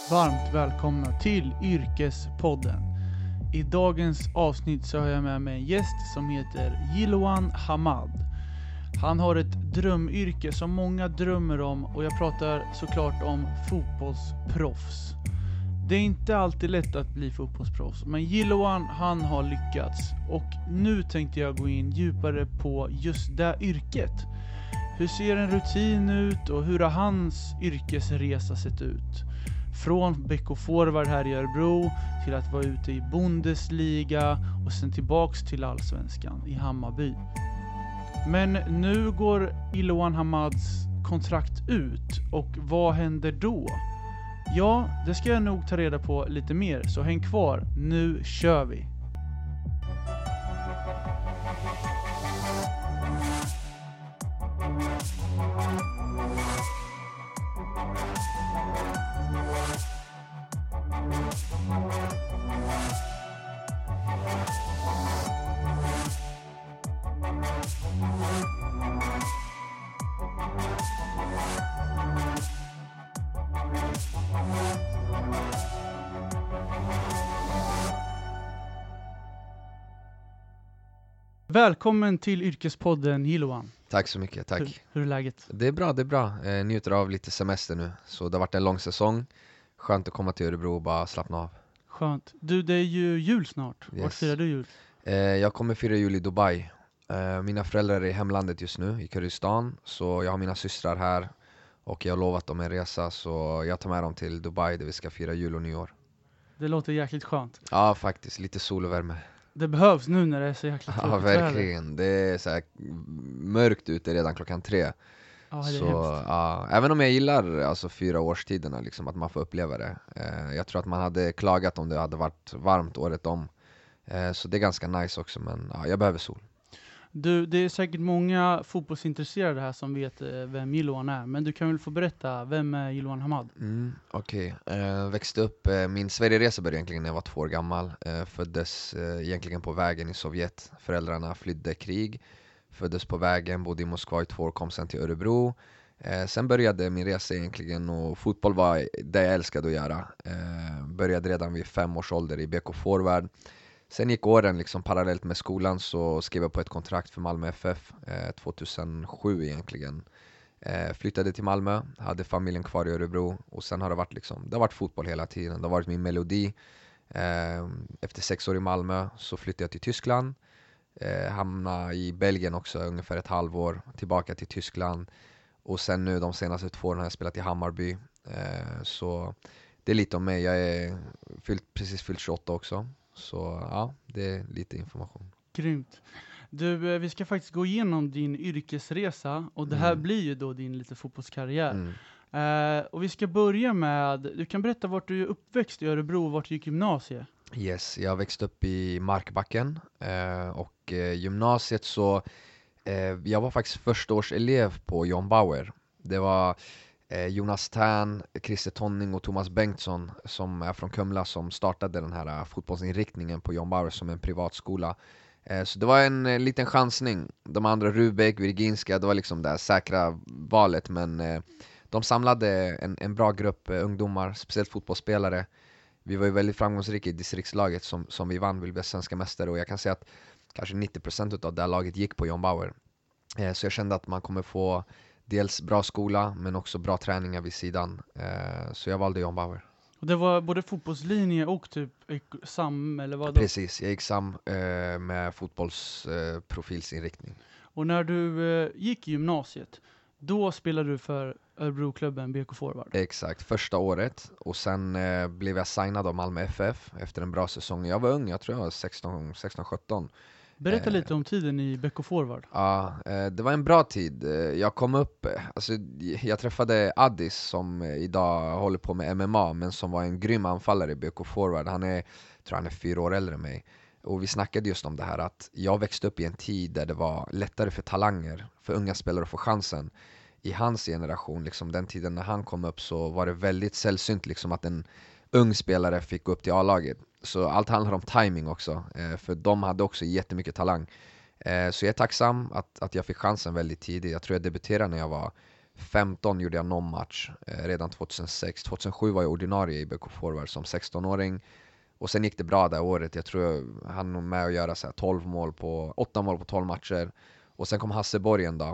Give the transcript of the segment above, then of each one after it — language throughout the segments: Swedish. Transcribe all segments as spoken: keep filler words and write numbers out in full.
varmt välkomna till Yrkespodden. I dagens avsnitt så har jag med mig en gäst som heter Jiloan Hamad. Han har ett drömyrke som många drömmer om, och jag pratar såklart om fotbollsproffs. Det är inte alltid lätt att bli fotbollsproffs, men Jiloan, han har lyckats. Och nu tänkte jag gå in djupare på just det yrket. Hur ser en rutin ut och hur har hans yrkesresa sett ut? Från B K Forward här i Örebro till att vara ute i Bundesliga och sen tillbaks till Allsvenskan i Hammarby. Men nu går Jiloan Hamads kontrakt ut, och vad händer då? Ja, det ska jag nog ta reda på lite mer, så häng kvar, nu kör vi! Välkommen till Yrkespodden, Jiloan. Tack så mycket, tack. Hur, hur är läget? Det är bra, det är bra. Jag njuter av lite semester nu. Så det har varit en lång säsong. Skönt att komma till Örebro och bara slappna av. Skönt. Du, det är ju jul snart. Yes. Var firar du jul? Eh, jag kommer fira jul i Dubai. Eh, mina föräldrar är i hemlandet just nu, i Kurdistan. Så jag har mina systrar här. Och jag har lovat dem en resa, så jag tar med dem till Dubai där vi ska fira jul och nyår. Det låter jäkligt skönt. Ja, faktiskt. Lite sol och värme. Det behövs nu när det är så jäkla Ja, tråkigt verkligen. Det är så här mörkt ute redan klockan tre. Ja, det är Så, hemskt. ja, även om jag gillar alltså, fyra årstiderna, liksom, att man får uppleva det. Eh, jag tror att man hade klagat om det hade varit varmt året om. Eh, så det är ganska nice också, men ja, jag behöver sol. Du, det är säkert många fotbollsintresserade här som vet eh, vem Jiloan är. Men du kan väl få berätta, vem är Jiloan Hamad? Mm, Okej, okay. eh, växte upp, eh, min Sverigeresa började egentligen när jag var två år gammal. eh, Föddes eh, egentligen på vägen i Sovjet. Föräldrarna flydde krig. Föddes på vägen, bodde i Moskva i två år, kom sen till Örebro. eh, Sen började min resa egentligen, och fotboll var det jag älskade att göra. eh, Började redan vid fem års ålder i B K Forward. Sen gick åren liksom parallellt med skolan, så skrev jag på ett kontrakt för Malmö F F eh, tjugohundrasju egentligen. Eh, flyttade till Malmö, hade familjen kvar i Örebro, och sen har det varit liksom, det har varit fotboll hela tiden. Det har varit min melodi. Eh, efter sex år i Malmö så flyttade jag till Tyskland. Eh, hamnade i Belgien också ungefär ett halvår, tillbaka till Tyskland. Och sen nu de senaste två åren har jag spelat i Hammarby. Eh, så det är lite om mig. Jag är fyllt, precis fyllt tjugoåtta också. Så ja, det är lite information. Grymt. Du, eh, vi ska faktiskt gå igenom din yrkesresa. Och det här Mm. blir ju då din lite fotbollskarriär. Mm. Eh, och vi ska börja med, du kan berätta vart du är uppväxt i Örebro och vart du gick gymnasiet. Yes, jag växte upp i Markbacken. Eh, och eh, gymnasiet så, eh, jag var faktiskt första års elev på John Bauer. Det var eh, Jonas Tern, Christer Tonning och Thomas Bengtsson som är från Kumla som startade den här uh, fotbollsinriktningen på John Bauer som en privatskola. Eh, så det var en eh, liten chansning. De andra, Rubek, Virginska, det var liksom det säkra valet, men eh, de samlade en, en bra grupp eh, ungdomar, speciellt fotbollsspelare. Vi var ju väldigt framgångsrika i distriktslaget som, som vi vann, vi blev svenska mästare, och jag kan säga att kanske nittio procent av det här laget gick på John Bauer. Eh, så jag kände att man kommer få dels bra skola, men också bra träningar vid sidan. Eh, så jag valde John Bauer. Och det var både fotbollslinje och typ ek- sam, eller vad då? Precis, jag gick sam eh, med fotbollsprofilsinriktning. Eh, och när du eh, gick i gymnasiet, då spelade du för Örebroklubben B K Forward. Exakt, första året. Och sen eh, blev jag signad av Malmö F F efter en bra säsong. Jag var ung, jag tror jag var sexton sjutton. Berätta eh, lite om tiden i B K Forward. Ja, eh, det var en bra tid. Eh, Jag kom upp, eh, alltså, jag träffade Addis som eh, idag håller på med M M A, men som var en grym anfallare i B K Forward. Han är, tror han är fyra år äldre än mig. Och vi snackade just om det här att jag växte upp i en tid där det var lättare för talanger, för unga spelare att få chansen. I hans generation, liksom den tiden när han kom upp, så var det väldigt sällsynt liksom, att en ung spelare fick gå upp till A-laget. Så allt handlar om timing också, eh, för de hade också jättemycket talang. Eh, så jag är tacksam att, att jag fick chansen väldigt tidigt. Jag tror jag debuterade när jag var femton gjorde jag någon match, eh, redan tjugohundrasex. tjugohundrasju var jag ordinarie i B K Forward som sexton-åring. Och sen gick det bra det året. Jag tror jag hann med att göra så här tolv mål på, åtta mål på tolv matcher. Och sen kom Hasse Borgen då.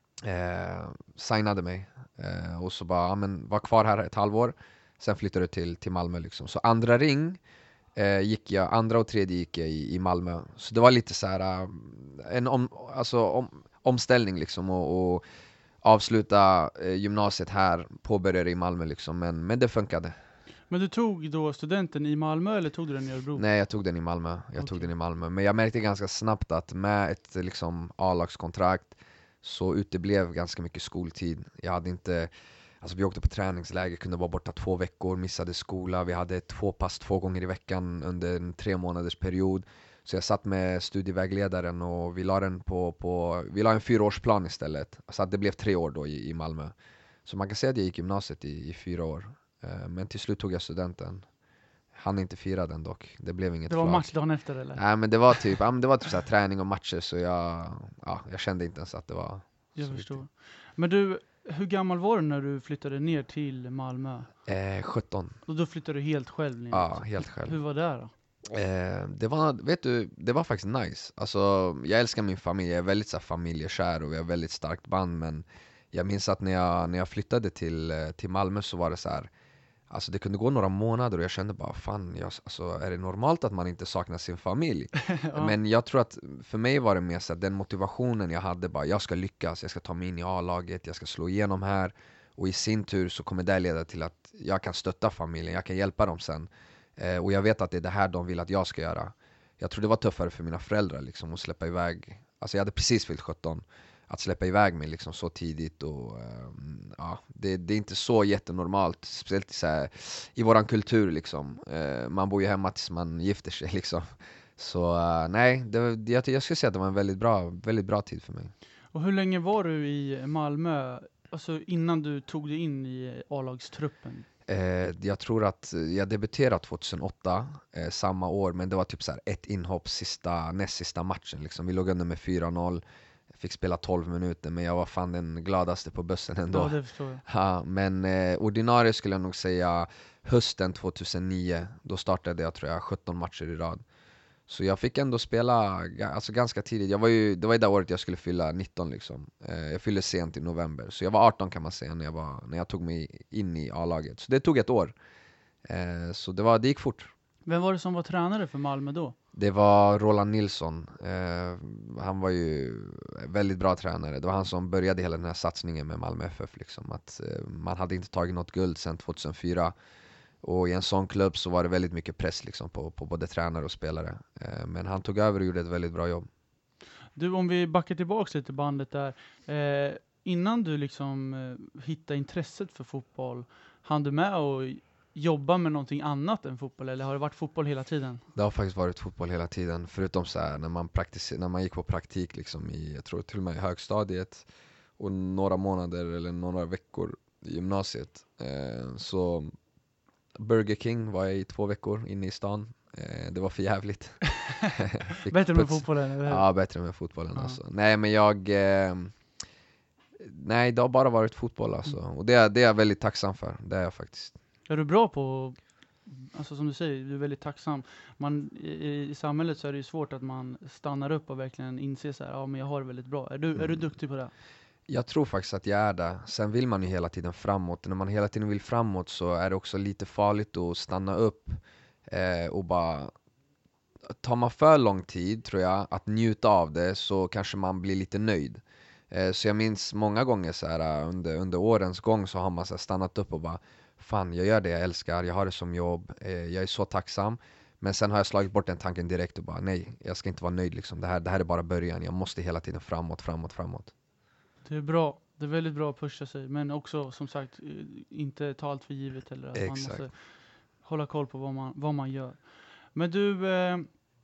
Eh, signade mig. Eh, och så bara, ja, men var kvar här ett halvår. Sen flyttade jag till, till Malmö liksom. Så andra ring eh, gick jag, andra och tredje gick jag i, i Malmö. Så det var lite så här en om, alltså, om, omställning liksom. Och, och avsluta eh, gymnasiet här, påbörjade i Malmö liksom. Men, men det funkade. Men du tog då studenten i Malmö eller tog du den i Örebro? Nej, jag tog den i Malmö. Jag Okay. tog den i Malmö. Men jag märkte ganska snabbt att med ett liksom, A-lagskontrakt så uteblev ganska mycket skoltid. Jag hade inte, alltså vi åkte på träningsläger, kunde vara borta två veckor, missade skola. Vi hade två pass två gånger i veckan under en tre månaders period. Så jag satt med studievägledaren och vi la, den på, på, vi la en fyraårsplan istället. Så att det blev tre år då i, i Malmö. Så man kan säga att jag gick gymnasiet i, i fyra år. Men till slut tog jag studenten. Han inte fira den dock. Det blev inget Det var flak. matchdagen efter eller? Nej, men det var typ, ja, men det var typ så här, träning och matcher. Så jag, ja, jag kände inte ens att det var Jag så förstår. viktigt. Men du, hur gammal var du när du flyttade ner till Malmö? Eh, sjutton. Och då flyttade du helt själv ner? Ja, helt själv. Hur var det då? Eh, det var, vet du, det var faktiskt nice. Alltså, jag älskar min familj. Jag är väldigt så här, familjekär och vi har väldigt starkt band. Men jag minns att när jag, när jag flyttade till, till Malmö så var det så här. Alltså det kunde gå några månader och jag kände bara, fan, jag, alltså, är det normalt att man inte saknar sin familj? Ja. Men jag tror att för mig var det mer så att den motivationen jag hade, bara jag ska lyckas, jag ska ta mig in i A-laget, jag ska slå igenom här. Och i sin tur så kommer det leda till att jag kan stötta familjen, jag kan hjälpa dem sen. Eh, och jag vet att det är det här de vill att jag ska göra. Jag tror det var tuffare för mina föräldrar liksom, att släppa iväg. Alltså jag hade precis fyllt sjutton. Att släppa iväg mig liksom så tidigt och um, ja, det, det är inte så jättenormalt, speciellt så här, i våran kultur liksom. Uh, man bor ju hemma tills man gifter sig liksom. Så uh, nej, det, jag, jag skulle säga att det var en väldigt bra, väldigt bra tid för mig. Och hur länge var du i Malmö, alltså innan du tog dig in i A-lagstruppen? Uh, jag tror att jag debuterade tjugohundraåtta, uh, samma år, men det var typ så här ett inhopp sista, näst sista matchen liksom. Vi låg under med fyra noll. Fick spela tolv minuter, men jag var fan den gladaste på bussen ändå. Ja, det förstår jag. Ja, men eh, ordinarie skulle jag nog säga hösten tjugohundranio. Då startade jag tror jag sjutton matcher i rad. Så jag fick ändå spela alltså, ganska tidigt. Jag var ju, det var ju det året jag skulle fylla nitton liksom. Eh, jag fyllde sent i november. Så jag var arton kan man säga när jag, var, när jag tog mig in i A-laget. Så det tog ett år. Eh, så det, var, det gick fort. Vem var det som var tränare för Malmö då? Det var Roland Nilsson. Eh, han var ju väldigt bra tränare. Det var han som började hela den här satsningen med Malmö F F. Liksom. Att, eh, man hade inte tagit något guld sedan tjugohundrafyra. Och i en sån klubb så var det väldigt mycket press liksom, på, på både tränare och spelare. Eh, men han tog över och gjorde ett väldigt bra jobb. Du, om vi backar tillbaka lite bandet där. Eh, innan du liksom eh, hittade intresset för fotboll, hann du med och jobba med någonting annat än fotboll, eller har det varit fotboll hela tiden? Det har faktiskt varit fotboll hela tiden, förutom så här, när, man praktis- när man gick på praktik liksom i, jag tror till och med i högstadiet och några månader eller några veckor i gymnasiet. Eh, så Burger King var jag i två veckor inne i stan. Eh, det var för jävligt. Bättre med puts- fotbollen, eller hur? Ja, bättre med fotbollen Ja. alltså. Nej, men jag... Eh, nej, det har bara varit fotboll alltså. Och det är, det är jag väldigt tacksam för. Det är jag faktiskt. Är du bra på, alltså som du säger, du är väldigt tacksam. Man, i, i samhället så är det ju svårt att man stannar upp och verkligen inser så här, ja men jag har det väldigt bra. Är du, Mm. är du duktig på det? Jag tror faktiskt att jag är det. Sen vill man ju hela tiden framåt. När man hela tiden vill framåt så är det också lite farligt att stanna upp eh, och bara... Tar man för lång tid, tror jag, att njuta av det, så kanske man blir lite nöjd. Eh, så jag minns många gånger så här, under, under årens gång så har man så här, stannat upp och bara fan, jag gör det jag älskar, jag har det som jobb, eh, jag är så tacksam. Men sen har jag slagit bort den tanken direkt och bara nej, jag ska inte vara nöjd liksom. Det här, det här är bara början, jag måste hela tiden framåt, framåt, framåt. Det är bra. Det är väldigt bra att pusha sig. Men också, som sagt, eh, inte ta allt för givet. Eller att man Exakt. måste hålla koll på vad man, vad man gör. Men du, eh,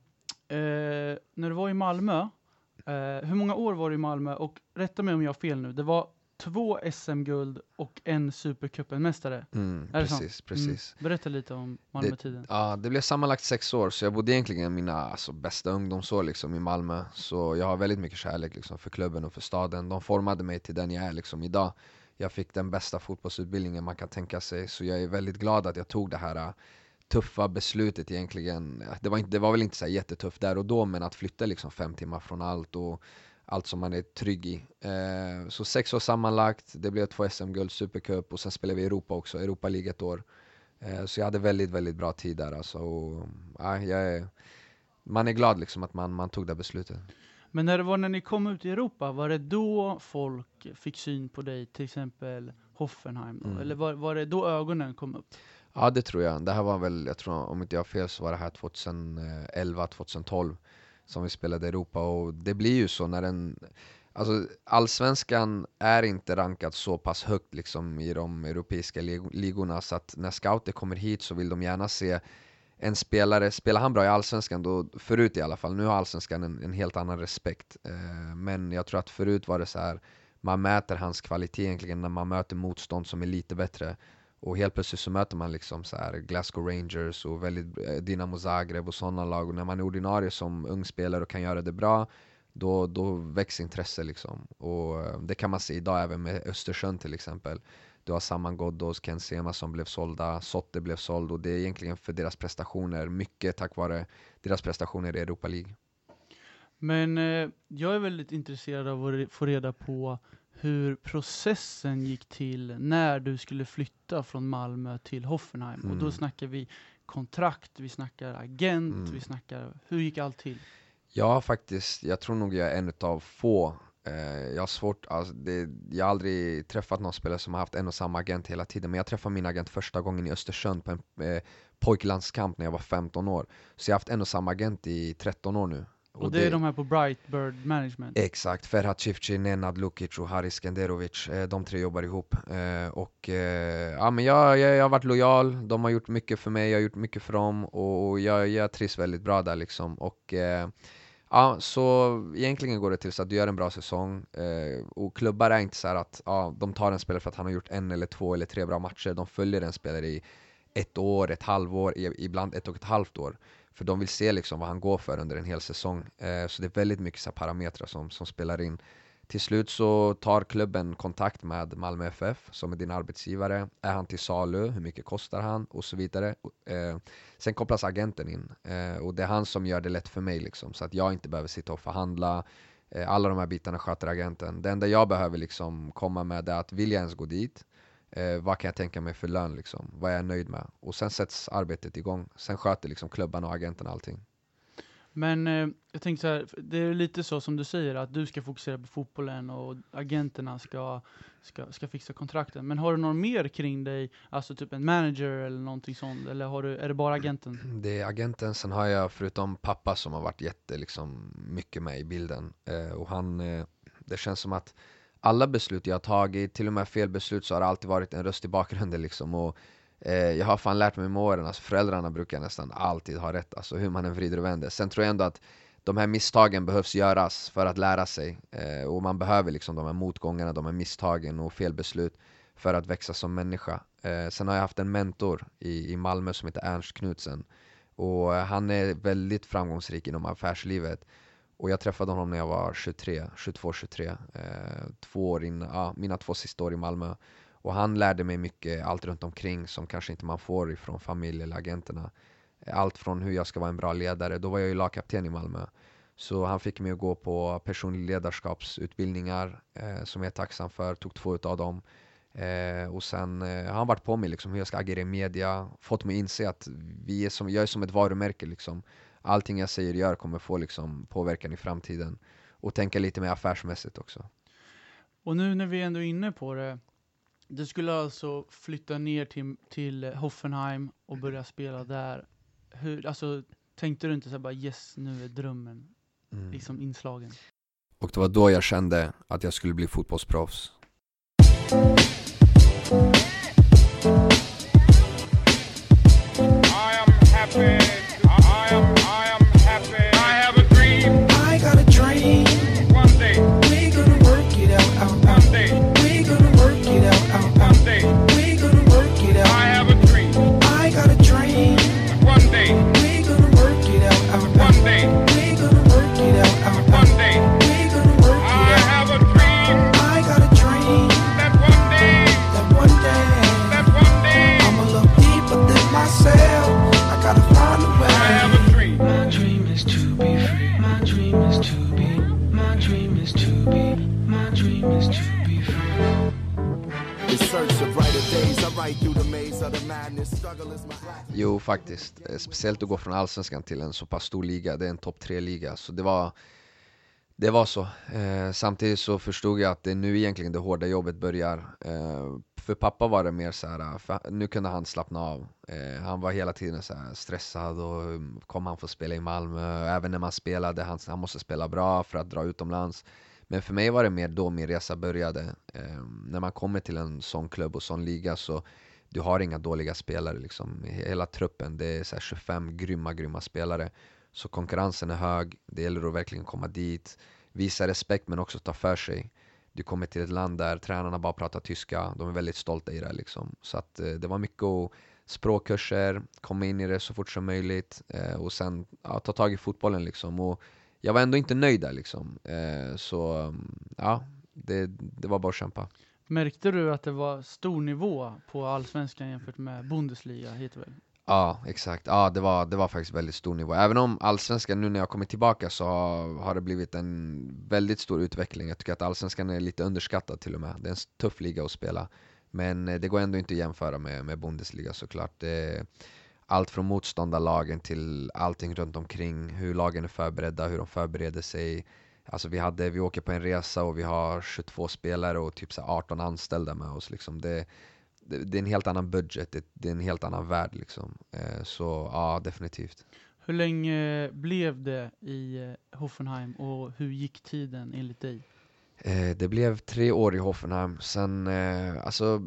eh, när du var i Malmö, eh, hur många år var du i Malmö? Och rätta mig om jag har fel nu. Det var två S M-guld och en Supercupen-mästare. Mm, Är det precis, sant? precis. Mm. Berätta lite om Malmö-tiden. Ja, det blev sammanlagt sex år, så jag bodde egentligen mina alltså, bästa ungdomsår liksom, i Malmö. Så jag har väldigt mycket kärlek liksom, för klubben och för staden. De formade mig till den jag är liksom, idag. Jag fick den bästa fotbollsutbildningen man kan tänka sig. Så jag är väldigt glad att jag tog det här uh, tuffa beslutet egentligen. Det var, inte, det var väl inte så här jättetufft där och då, men att flytta liksom fem timmar från allt och allt som man är trygg i. Eh, så sex år sammanlagt, det blev två S M-guld, Supercup och sen spelade vi i Europa också, Europa League ett år. Eh, så jag hade väldigt, väldigt bra tid där alltså. Och, ja, jag är, man är glad liksom att man, man tog det beslutet. Men när det var när ni kom ut i Europa, var det då folk fick syn på dig, till exempel Hoffenheim då? Mm. Eller var, var det då ögonen kom upp? Ja, det tror jag. Det här var väl, jag tror om inte jag har fel så var det här tjugoelva tjugotolv som vi spelade i Europa. Och det blir ju så när en, alltså allsvenskan är inte rankad så pass högt liksom i de europeiska ligorna, så att när scouter kommer hit så vill de gärna se en spelare, spelar han bra i allsvenskan då, förut i alla fall, nu har allsvenskan en, en helt annan respekt. Eh, men jag tror att förut var det så här, man mäter hans kvalitet egentligen när man möter motstånd som är lite bättre. Och helt plötsligt så möter man liksom så här Glasgow Rangers och väldigt eh, Dinamo Zagreb och sådana lag. Och när man är ordinarie som ung spelare och kan göra det bra, då, då växer intresse liksom. Och eh, det kan man se idag även med Östersund till exempel. Du har Saman Ghoddos, Ken Sema som blev sålda, Sotte blev såld, och det är egentligen för deras prestationer, mycket tack vare deras prestationer i Europa League. Men eh, jag är väldigt intresserad av att få reda på hur processen gick till när du skulle flytta från Malmö till Hoffenheim. Mm. Och då snackar vi kontrakt, vi snackar agent, mm. vi snackar, hur gick allt till? Ja, faktiskt, jag tror nog jag är en av få. Eh, jag har svårt, alltså det, jag har aldrig träffat någon spelare som har haft en och samma agent hela tiden. Men jag träffade min agent första gången i Östersund på en eh, pojklandskamp när jag var femton år. Så jag har haft en och samma agent i tretton år nu. Och, och det, det är de här på Brightbird Management? Exakt, Ferhat Cifci, Nenad Lukic och Haris Skenderovic, de tre jobbar ihop. Och ja, men jag, jag, jag har varit lojal, de har gjort mycket för mig, jag har gjort mycket för dem, och jag, jag trivs väldigt bra där liksom. Och ja, så egentligen går det till så att du gör en bra säsong, och klubbar är inte så här att ja, de tar en spelare för att han har gjort en eller två eller tre bra matcher. De följer en spelare i ett år, ett halvår, ibland ett och ett halvt år. För de vill se liksom vad han går för under en hel säsong. Eh, så det är väldigt mycket så här parametrar som, som spelar in. Till slut så tar klubben kontakt med Malmö F F som är din arbetsgivare. Är han till salu? Hur mycket kostar han? Och så vidare. Eh, sen kopplas agenten in. Eh, och det är han som gör det lätt för mig. Liksom, så att jag inte behöver sitta och förhandla. Eh, alla de här bitarna sköter agenten. Det enda jag behöver liksom komma med är att vill jag ens gå dit? Eh, vad kan jag tänka mig för lön liksom? Vad är jag nöjd med? Och sen sätts arbetet igång. Sen sköter liksom klubban och agenten allting. Men eh, jag tänkte så här, det är lite så som du säger, att du ska fokusera på fotbollen och agenterna ska, ska, ska fixa kontrakten. Men har du någon mer kring dig, alltså typ en manager eller någonting sånt, eller har du, är det bara agenten? Det är agenten, sen har jag förutom pappa som har varit jätte liksom, mycket med i bilden. Eh, och han, eh, det känns som att alla beslut jag har tagit, till och med fel beslut, så har det alltid varit en röst i bakgrunden liksom. Och eh, jag har fan lärt mig med åren, alltså föräldrarna brukar nästan alltid ha rätt, alltså hur man än vrider och vänder. Sen tror jag ändå att de här misstagen behövs göras för att lära sig, eh, och man behöver liksom de här motgångarna, de här misstagen och fel beslut för att växa som människa. Eh, sen har jag haft en mentor i, i Malmö som heter Ernst Knudsen, och eh, han är väldigt framgångsrik inom affärslivet. Och jag träffade honom när jag var tjugotre, tjugotvå tjugotre, eh, två år in, ja, mina två sista år i Malmö. Och han lärde mig mycket, allt runt omkring som kanske inte man får ifrån familj eller agenterna. Allt från hur jag ska vara en bra ledare, då var jag ju lagkapten i Malmö. Så han fick mig att gå på personlig ledarskapsutbildningar eh, som jag är tacksam för, tog två utav dem. Eh, och sen eh, har han varit på mig liksom, hur jag ska agera i media, fått mig inse att vi är som, jag är som ett varumärke liksom. Allting jag säger och gör kommer få liksom påverkan i framtiden. Och tänka lite mer affärsmässigt också. Och nu när vi ändå är inne på det. Du skulle alltså flytta ner till, till Hoffenheim och börja spela där. Hur, alltså, tänkte du inte så här bara yes, nu är drömmen mm. liksom inslagen? Och det var då jag kände att jag skulle bli fotbollsproffs. I am happy. I am, I am happy. I have a dream. I got a dream. One day we're gonna work it out. out, out. One day we're gonna work it out. out, out. One day we're gonna work it out. I have a dream. I got a dream. One day we're gonna work it out. out, out. One day we're gonna work it out. out, out. One day we're gonna work it out. I have a dream. I got a dream. That one day Jo, faktiskt. Speciellt att gå från Allsvenskan till en så pass stor liga. Det är en topp tre-liga. Så det var, det var så. Eh, samtidigt så förstod jag att det är nu egentligen det hårda jobbet börjar. Eh, för pappa var det mer så här, för nu kunde han slappna av. Eh, han var hela tiden så här stressad och kom han få spela i Malmö. Även när man spelade, han, han måste spela bra för att dra utomlands. Men för mig var det mer då min resa började. Eh, när man kommer till en sån klubb och sån liga så du har inga dåliga spelare liksom. Hela truppen, det är så här tjugofem grymma, grymma spelare. Så konkurrensen är hög, det gäller att verkligen komma dit. Visa respekt men också ta för sig. Du kommer till ett land där tränarna bara pratar tyska. De är väldigt stolta i det liksom. Så att eh, det var mycket att, språkkurser, komma in i det så fort som möjligt. Eh, och sen ja, ta tag i fotbollen liksom. Och jag var ändå inte nöjd där liksom. Eh, så ja, det, det var bara att kämpa. Märkte du att det var stor nivå på Allsvenskan jämfört med Bundesliga heter väl? Ja, exakt. Ja, det var, det var faktiskt väldigt stor nivå. Även om Allsvenskan, nu när jag kommer tillbaka så har, har det blivit en väldigt stor utveckling. Jag tycker att Allsvenskan är lite underskattad till och med. Det är en tuff liga att spela. Men det går ändå inte att jämföra med, med Bundesliga såklart. Det är allt från motståndarlagen till allting runt omkring. Hur lagen är förberedda, hur de förbereder sig. Alltså vi, hade, vi åker på en resa och vi har tjugotvå spelare och typ så arton anställda med oss. Liksom. Det, det, det är en helt annan budget, det, det är en helt annan värld. Liksom. Eh, så ja, definitivt. Hur länge blev det i Hoffenheim och hur gick tiden enligt dig? Eh, det blev tre år i Hoffenheim. Sen, eh, alltså...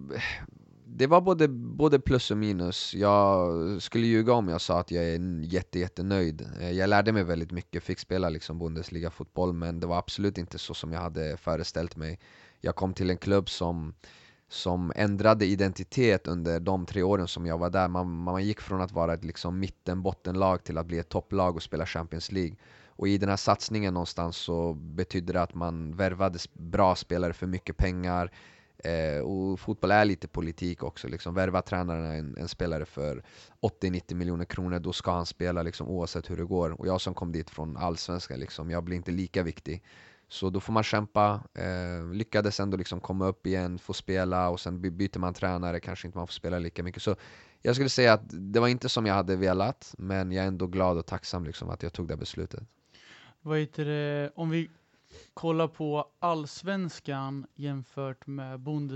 Det var både, både plus och minus. Jag skulle ljuga om jag sa att jag är jätte, jättenöjd. Jag lärde mig väldigt mycket, fick spela liksom Bundesliga-fotboll, men det var absolut inte så som jag hade föreställt mig. Jag kom till en klubb som, som ändrade identitet under de tre åren som jag var där. Man, man gick från att vara ett liksom mitten-bottenlag till att bli ett topplag och spela Champions League. Och i den här satsningen någonstans så betydde det att man värvade bra spelare för mycket pengar. Eh, och fotboll är lite politik också liksom. Värva tränaren en, en spelare för åttio till nittio miljoner kronor, då ska han spela liksom, oavsett hur det går. Och jag som kom dit från Allsvenskan liksom, jag blir inte lika viktig. Så då får man kämpa. eh, Lyckades ändå liksom komma upp igen, få spela. Och sen byter man tränare, kanske inte man får spela lika mycket. Så jag skulle säga att det var inte som jag hade velat, men jag är ändå glad och tacksam liksom, att jag tog det beslutet. Vad heter det, om vi kolla på Allsvenskan jämfört med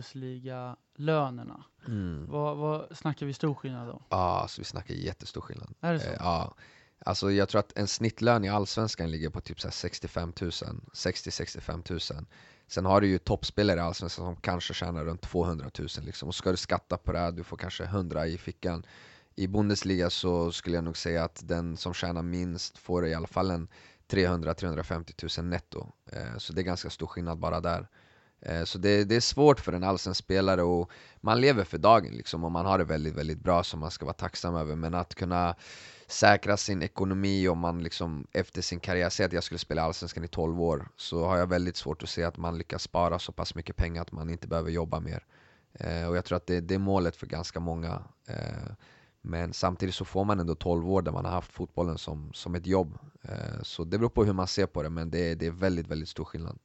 Bundesliga-lönerna. Mm. Vad, vad snackar vi stor skillnad då? Ja, alltså vi snackar jättestor skillnad. Är det så? Eh, ja. Alltså jag tror att en snittlön i Allsvenskan ligger på typ så här sextiofem tusen, sextio till sextiofem tusen. Sen har du ju toppspelare i Allsvenskan som kanske tjänar runt tvåhundra tusen liksom. Och ska du skatta på det här, du får kanske hundra i fickan. I Bundesliga så skulle jag nog säga att den som tjänar minst får i alla fall en trehundra till trehundrafemtio tusen netto. Eh, så det är ganska stor skillnad bara där. Eh, så det, det är svårt för en allsvensk spelare, och man lever för dagen liksom, och man har det väldigt, väldigt bra som man ska vara tacksam över. Men att kunna säkra sin ekonomi om man liksom efter sin karriär, säger att jag skulle spela Allsvenskan i tolv år, så har jag väldigt svårt att se att man lyckas spara så pass mycket pengar att man inte behöver jobba mer. Eh, och jag tror att det, det är målet för ganska många. Eh, Men samtidigt så får man ändå tolv år där man har haft fotbollen som, som ett jobb. Eh, så det beror på hur man ser på det, men det är, det är väldigt, väldigt stor skillnad.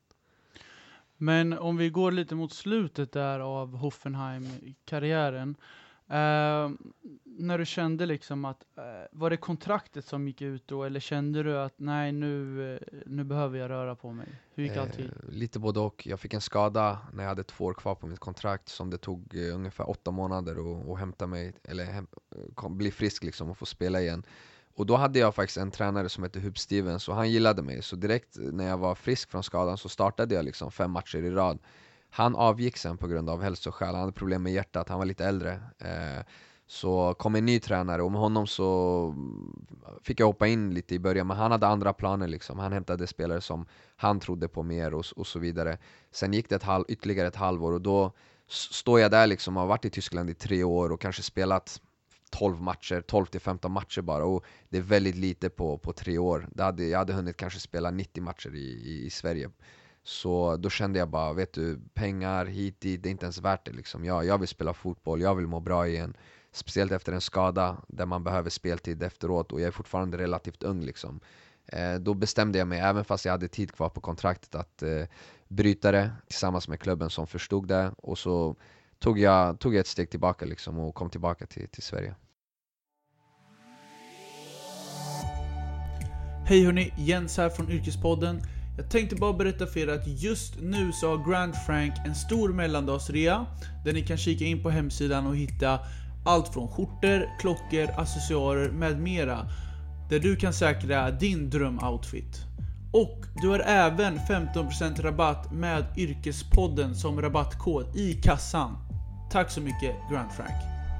Men om vi går lite mot slutet där av Hoffenheim-karriären. Eh, när du kände liksom att, eh, var det kontraktet som gick ut då? Eller kände du att nej, nu, nu behöver jag röra på mig? Hur gick eh, allt till? Lite både och. Jag fick en skada när jag hade två år kvar på mitt kontrakt, som det tog eh, ungefär åtta månader att, att hämta mig, eller häm, kom, bli frisk liksom och få spela igen. Och då hade jag faktiskt en tränare som hette Hub Stevens, och han gillade mig. Så direkt när jag var frisk från skadan så startade jag liksom fem matcher i rad. Han avgick sen på grund av hälsoskäl. Han hade problem med hjärtat, han var lite äldre. Eh, så kom en ny tränare, och med honom så fick jag hoppa in lite i början. Men han hade andra planer liksom. Han hämtade spelare som han trodde på mer och, och så vidare. Sen gick det ett halv, ytterligare ett halvår, och då står jag där liksom och har varit i Tyskland i tre år och kanske spelat tolv matcher, tolv till femton matcher bara, och det är väldigt lite på, på tre år. Det hade, jag hade hunnit kanske spela nittio matcher i, i, i Sverige. Så då kände jag bara, vet du, pengar hit dit, det är inte ens värt det liksom. jag, jag vill spela fotboll, jag vill må bra igen. Speciellt efter en skada där man behöver speltid efteråt, och jag är fortfarande relativt ung liksom. eh, Då bestämde jag mig, även fast jag hade tid kvar på kontraktet, att eh, bryta det tillsammans med klubben som förstod det, och så tog jag, tog jag ett steg tillbaka liksom och kom tillbaka till, till Sverige. Hej hörni, Jens här från Yrkespodden. Jag tänkte bara berätta för er att just nu så har Grand Frank en stor mellandagsrea där ni kan kika in på hemsidan och hitta allt från skjortor, klockor, accessoarer med mera, där du kan säkra din drömoutfit. Och du har även femton procent rabatt med Yrkespodden som rabattkod i kassan. Tack så mycket Grand Frank.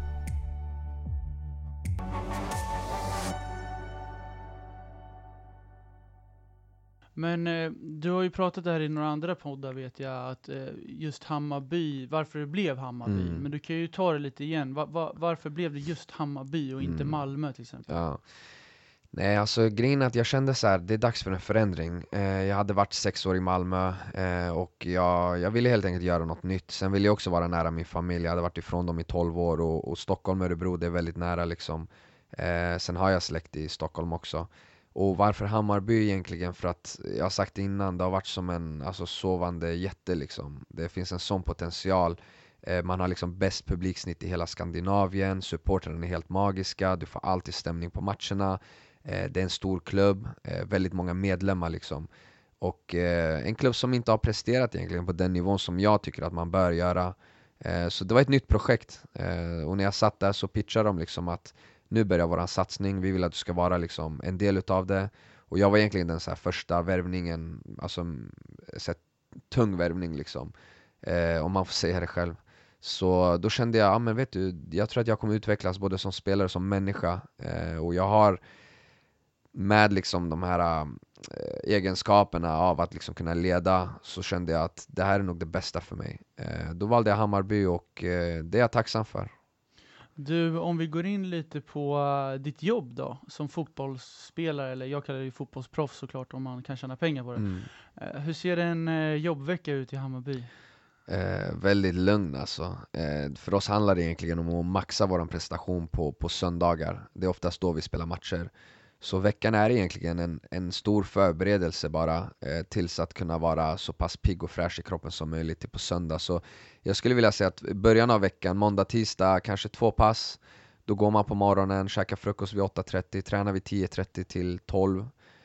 Men eh, du har ju pratat där i några andra poddar vet jag, att eh, just Hammarby, varför det blev Hammarby. Mm. Men du kan ju ta det lite igen. Va, va, varför blev det just Hammarby och inte Mm. Malmö till exempel? Ja. Nej, alltså grejen är att jag kände så här, det är dags för en förändring. Eh, jag hade varit sex år i Malmö eh, och jag, jag ville helt enkelt göra något nytt. Sen ville jag också vara nära min familj. Jag hade varit ifrån dem i tolv år och, och Stockholm och Örebro, det är väldigt nära liksom. Eh, sen har jag släkt i Stockholm också. Och varför Hammarby egentligen? För att, jag har sagt innan, det har varit som en alltså, sovande jätte liksom. Det finns en sån potential. Eh, man har liksom bäst publiksnitt i hela Skandinavien. Supportrarna är helt magiska. Du får alltid stämning på matcherna. Eh, det är en stor klubb. Eh, väldigt många medlemmar liksom. Och eh, en klubb som inte har presterat egentligen på den nivån som jag tycker att man bör göra. Eh, så det var ett nytt projekt. Eh, och när jag satt där så pitchade de liksom att nu börjar våran satsning, vi vill att du ska vara liksom en del utav det. Och jag var egentligen den så här första värvningen, alltså så här, tung värvning liksom, eh, om man får säga det själv. Så då kände jag, ja men vet du, jag tror att jag kommer utvecklas både som spelare och som människa. Eh, och jag har med liksom de här äh, egenskaperna av att liksom kunna leda, så kände jag att det här är nog det bästa för mig. Eh, då valde jag Hammarby och eh, det är jag tacksam för. Du, om vi går in lite på uh, ditt jobb då, som fotbollsspelare, eller jag kallar det ju fotbollsproffs såklart om man kan tjäna pengar på det. Mm. Uh, hur ser en uh, jobbvecka ut i Hammarby? Eh, väldigt lugn alltså. Eh, för oss handlar det egentligen om att maxa vår prestation på, på söndagar. Det är oftast då vi spelar matcher. Så veckan är egentligen en, en stor förberedelse bara eh, tills att kunna vara så pass pigg och fräsch i kroppen som möjligt till på söndag. Så jag skulle vilja säga att början av veckan, måndag, tisdag, kanske två pass. Då går man på morgonen, käkar frukost vid åtta trettio, tränar vid tio trettio till tolv.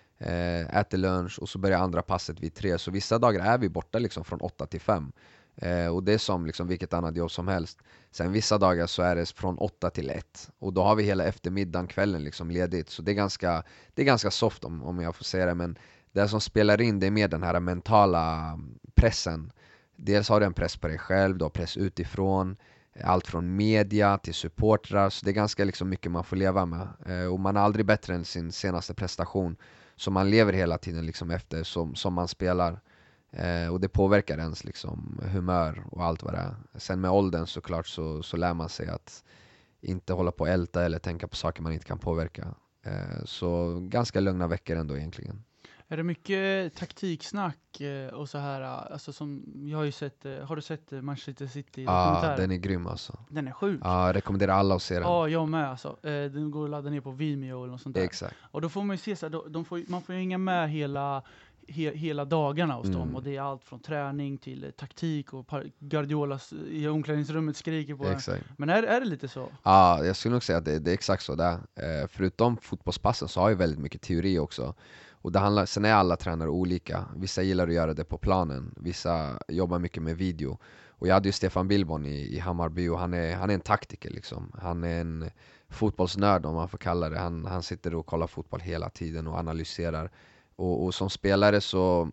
Eh, äter lunch och så börjar andra passet vid tre. Så vissa dagar är vi borta liksom från åtta till fem. Eh, och det är som liksom vilket annat jobb som helst. Sen vissa dagar så är det från åtta till ett. Och då har vi hela eftermiddagen, kvällen liksom ledigt. Så det är ganska, det är ganska soft om, om jag får säga det. Men det som spelar in, det är mer den här mentala pressen. Dels har du en press på dig själv, du har press utifrån. Allt från media till supportrar. Så det är ganska liksom mycket man får leva med. Eh, och man är aldrig bättre än sin senaste prestation. Så man lever hela tiden liksom efter som, som man spelar. Eh, och det påverkar ens liksom humör och allt vad det är. Sen med åldern såklart så, så lär man sig att inte hålla på att älta eller tänka på saker man inte kan påverka. Eh, så ganska lugna veckor ändå egentligen. Är det mycket taktiksnack eh, och så här, alltså som jag har ju sett, eh, har du sett eh, Manchester City Ja, dokumentären? den är grym alltså. Den är sjuk. Ja, jag rekommenderar alla att se den. Ja, jag med alltså. Eh, den går att ladda ner på Vimeo eller något sånt där. Exakt. Och då får man ju se så här, de, de får, man får ju hänga med hela he, hela dagarna hos Mm. dem. Och det är allt från träning till eh, taktik och par, Guardiola i omklädningsrummet skriker på Exakt. en. Men är, är det lite så? Ja, jag skulle nog säga att det, det är exakt så där. Eh, förutom fotbollspassen så har jag väldigt mycket teori också. Och det handlar, sen är alla tränare olika. Vissa gillar att göra det på planen. Vissa jobbar mycket med video. Och jag hade ju Stefan Billborn i, i Hammarby och han är, han är en taktiker liksom. Han är en fotbollsnörd om man får kalla det. Han, han sitter och kollar fotboll hela tiden och analyserar. Och, och som spelare så...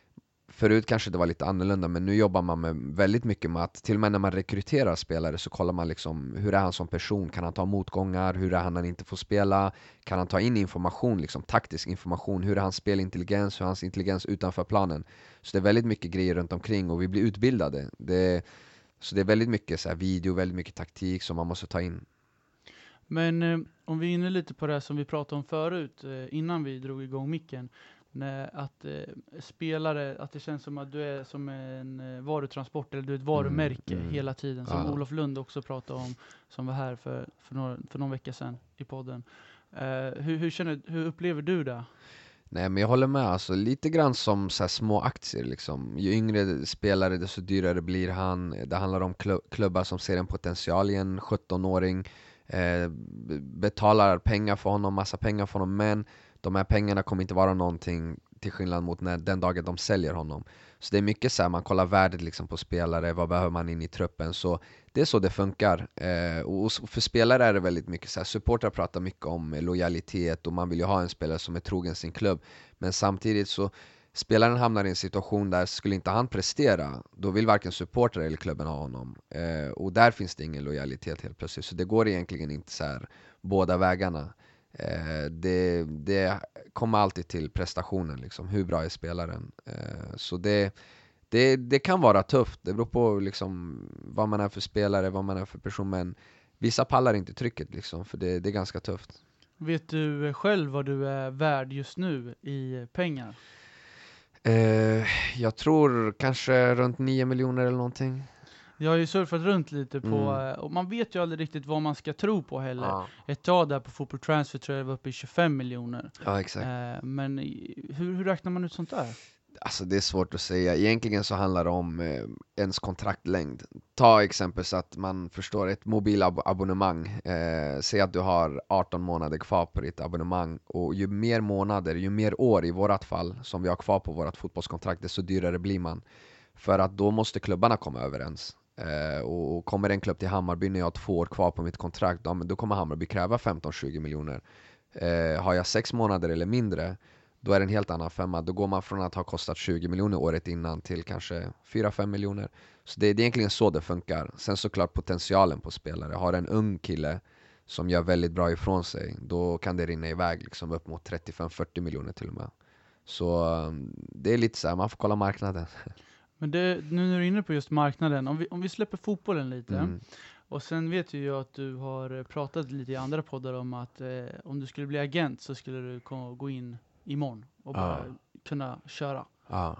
Förut kanske det var lite annorlunda, men nu jobbar man med väldigt mycket med att till och med när man rekryterar spelare så kollar man liksom hur är han som person, kan han ta motgångar, hur är han när han inte får spela, kan han ta in information, liksom taktisk information, hur är hans spelintelligens, hur är hans intelligens utanför planen. Så det är väldigt mycket grejer runt omkring och vi blir utbildade. Det, så det är väldigt mycket så här video, väldigt mycket taktik som man måste ta in. Men eh, om vi är inne lite på det som vi pratade om förut, eh, innan vi drog igång micken. Nej, att eh, spelare, att det känns som att du är som en eh, varutransport eller du är ett varumärke mm, mm. hela tiden, som Ja. Olof Lund också pratade om, som var här för, för, några, för någon vecka sedan i podden. Eh, hur, hur, känner, hur upplever du det? Nej, men jag håller med, alltså, lite grann som så här små aktier liksom. Ju yngre spelare desto dyrare blir han. Det handlar om klu- klubbar som ser en potential i en sjutton-åring, eh, b- betalar pengar för honom, massa pengar för honom, men de här pengarna kommer inte vara någonting till skillnad mot när, den dagen de säljer honom. Så det är mycket så här, man kollar värdet liksom på spelare, vad behöver man in i truppen, så det är så det funkar. Eh, och s- för spelare är det väldigt mycket så här, supportrar pratar mycket om eh, lojalitet och man vill ju ha en spelare som är trogen sin klubb. Men samtidigt så spelaren hamnar i en situation där skulle inte han prestera, då vill varken supportrar eller klubben ha honom. Eh, och där finns det ingen lojalitet helt plötsligt. Så det går egentligen inte så här båda vägarna. Eh, det, det kommer alltid till prestationen, liksom. Hur bra är spelaren? Eh, så det, det, det kan vara tufft. Det beror på liksom vad man är för spelare, vad man är för person. Men vissa pallar inte trycket liksom, för det, det är ganska tufft. Vet du själv vad du är värd just nu i pengar? Eh, jag tror kanske runt nio miljoner eller någonting. Jag har ju surfat runt lite på, Mm. eh, och man vet ju aldrig riktigt vad man ska tro på heller. Ja, Ett tag där på Football Transfer tror jag var uppe i tjugofem miljoner. ja, exakt. Eh, men i- hur, hur räknar man ut sånt där? Alltså det är svårt att säga. Egentligen så handlar det om eh, ens kontraktlängd. Ta exempel så att man förstår ett mobilabonnemang. Eh, säg att du har arton månader kvar på ditt abonnemang. Och ju mer månader, ju mer år i vårat fall som vi har kvar på vårt fotbollskontrakt, desto dyrare blir man. För att då måste klubbarna komma överens. Eh, och, och kommer en klubb till Hammarby när jag har två år kvar på mitt kontrakt, då, då kommer Hammarby kräva femton till tjugo miljoner. Eh, har jag sex månader eller mindre, då är det en helt annan femma. Då går man från att ha kostat tjugo miljoner året innan till kanske fyra till fem miljoner. Så det, det är egentligen så det funkar. Sen såklart potentialen på spelare. Har en ung kille som gör väldigt bra ifrån sig, då kan det rinna iväg liksom upp mot trettiofem till fyrtio miljoner till och med. Så um, det är lite så här, man får kolla marknaden. Men det, nu när du är inne på just marknaden, om vi, om vi släpper fotbollen lite. Mm. Och sen vet ju jag att du har pratat lite i andra poddar om att eh, om du skulle bli agent så skulle du ko- gå in imorgon och bara Ja. kunna köra. Ja.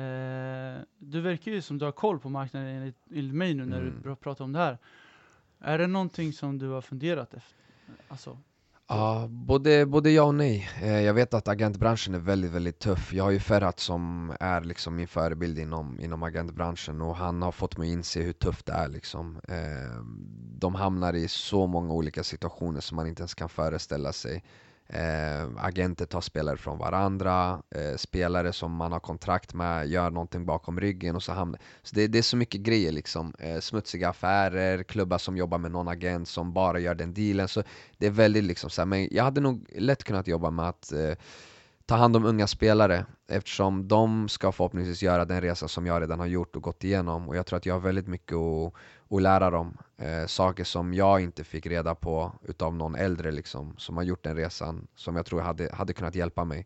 Eh, du verkar ju som du har koll på marknaden enligt, enligt mig nu när Mm. du pr- pratar om det här. Är det någonting som du har funderat efter? Alltså, Ja, både, både ja och nej. Eh, jag vet att agentbranschen är väldigt, väldigt tuff. Jag har ju Ferhat som är liksom min förebild inom, inom agentbranschen, och han har fått mig att inse hur tufft det är. Liksom. Eh, de hamnar i så många olika situationer som man inte ens kan föreställa sig. Eh, agenter tar spelare från varandra, eh, spelare som man har kontrakt med gör någonting bakom ryggen och så hamnar. Så det, det är så mycket grejer liksom. Eh, smutsiga affärer, klubbar som jobbar med någon agent som bara gör den dealen. Så det är väldigt liksom så här, men jag hade nog lätt kunnat jobba med att eh, ta hand om unga spelare, eftersom de ska förhoppningsvis göra den resa som jag redan har gjort och gått igenom. Och jag tror att jag har väldigt mycket att, att lära dem. Eh, saker som jag inte fick reda på utav någon äldre liksom, som har gjort den resan, som jag tror hade, hade kunnat hjälpa mig.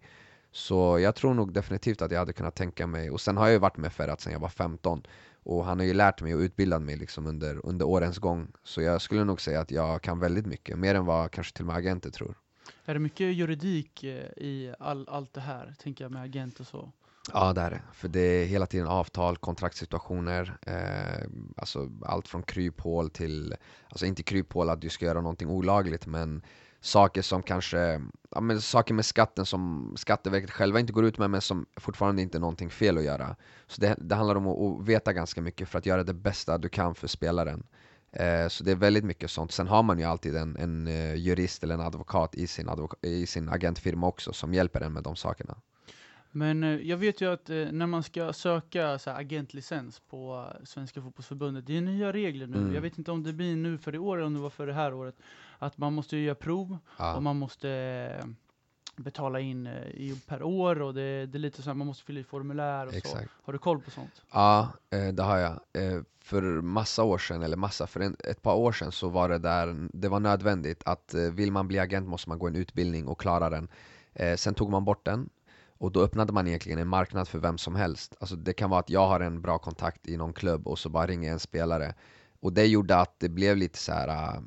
Så jag tror nog definitivt att jag hade kunnat tänka mig. Och sen har jag ju varit med Ferhat sedan jag var femton. Och han har ju lärt mig och utbildat mig liksom under, under årens gång. Så jag skulle nog säga att jag kan väldigt mycket. Mer än vad kanske till och med agenter tror. är det mycket juridik eh, i all, allt det här? Tänker jag med agent och så. Ja, det är det. För det är hela tiden avtal, kontraktssituationer, eh, alltså allt från kryphål till, alltså inte kryphål att du ska göra någonting olagligt, men saker som kanske, ja, men saker med skatten som Skatteverket själva inte går ut med, men som fortfarande inte är någonting fel att göra. Så det, det handlar om att, att veta ganska mycket för att göra det bästa du kan för spelaren. Eh, så det är väldigt mycket sånt. Sen har man ju alltid en, en uh, jurist eller en advokat i sin, advoka- i sin agentfirma också som hjälper en med de sakerna. Men eh, jag vet ju att eh, när man ska söka så här, agentlicens på eh, Svenska fotbollsförbundet, det är nya regler nu. Mm. Jag vet inte om det blir nu för i år eller om det var för det här året. Att man måste ju göra prov Ja. och man måste eh, betala in eh, i, per år och det, det är lite så här, man måste fylla i formulär och så. Exakt. Har du koll på sånt? Ja, eh, det har jag. Eh, För massa år sedan, eller massa, för en, ett par år sedan så var det där, det var nödvändigt att eh, vill man bli agent måste man gå en utbildning och klara den. Eh, Sen tog man bort den och då öppnade man egentligen en marknad för vem som helst. Alltså det kan vara att jag har en bra kontakt i någon klubb och så bara ringer en spelare. Och det gjorde att det blev lite så här. Uh,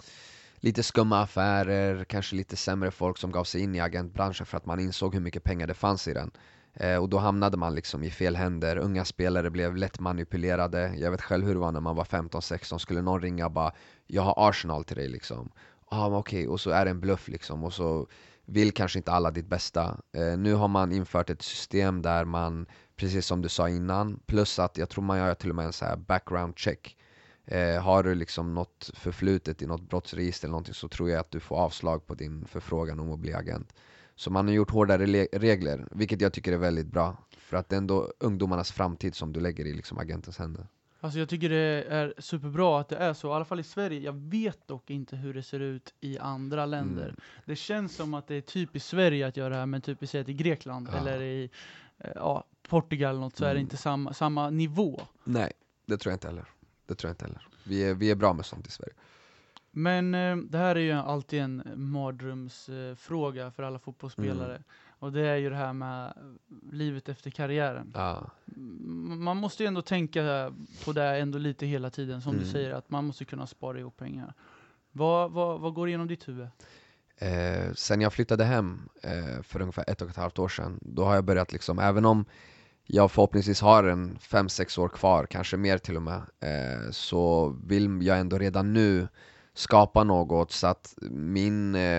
lite skumma affärer, kanske lite sämre folk som gav sig in i agentbranschen för att man insåg hur mycket pengar det fanns i den. Eh, och då hamnade man liksom i fel händer. Unga spelare blev lätt manipulerade. Jag vet själv hur det var när man var femton sexton. Skulle någon ringa och bara, jag har Arsenal till dig liksom. Ja, ah, okej, okay. Och så är det en bluff liksom. Och så vill kanske inte alla ditt bästa. Eh, nu har man infört ett system där man, precis som du sa innan, plus att jag tror man gör till och med en så här background check. Eh, har du liksom något förflutet i något brottsregister eller någonting, så tror jag att du får avslag på din förfrågan om att bli agent. Så man har gjort hårdare le- regler, vilket jag tycker är väldigt bra. För att det är ändå ungdomarnas framtid som du lägger i liksom agentens händer. Alltså jag tycker det är superbra att det är så, i alla fall i Sverige. Jag vet dock inte hur det ser ut i andra länder. Mm. Det känns som att det är typiskt Sverige att göra det här, men typiskt i Grekland Ja. eller i eh, ja, Portugal eller något, så är det Mm. inte samma, samma nivå. Nej, det tror jag inte heller. Det tror jag inte heller. Vi är, vi är bra med sånt i Sverige. Men eh, det här är ju alltid en mardrömsfråga eh, för alla fotbollsspelare. Mm. Och det är ju det här med livet efter karriären. Ja. M- Man måste ju ändå tänka på det ändå lite hela tiden, som Mm. du säger, att man måste kunna spara ihop pengar. Vad, vad, vad går igenom ditt huvud? Eh, sen jag flyttade hem eh, för ungefär ett och ett halvt år sedan, då har jag börjat liksom, även om jag förhoppningsvis har en fem sex år kvar, kanske mer till och med, eh, så vill jag ändå redan nu skapa något så att min eh,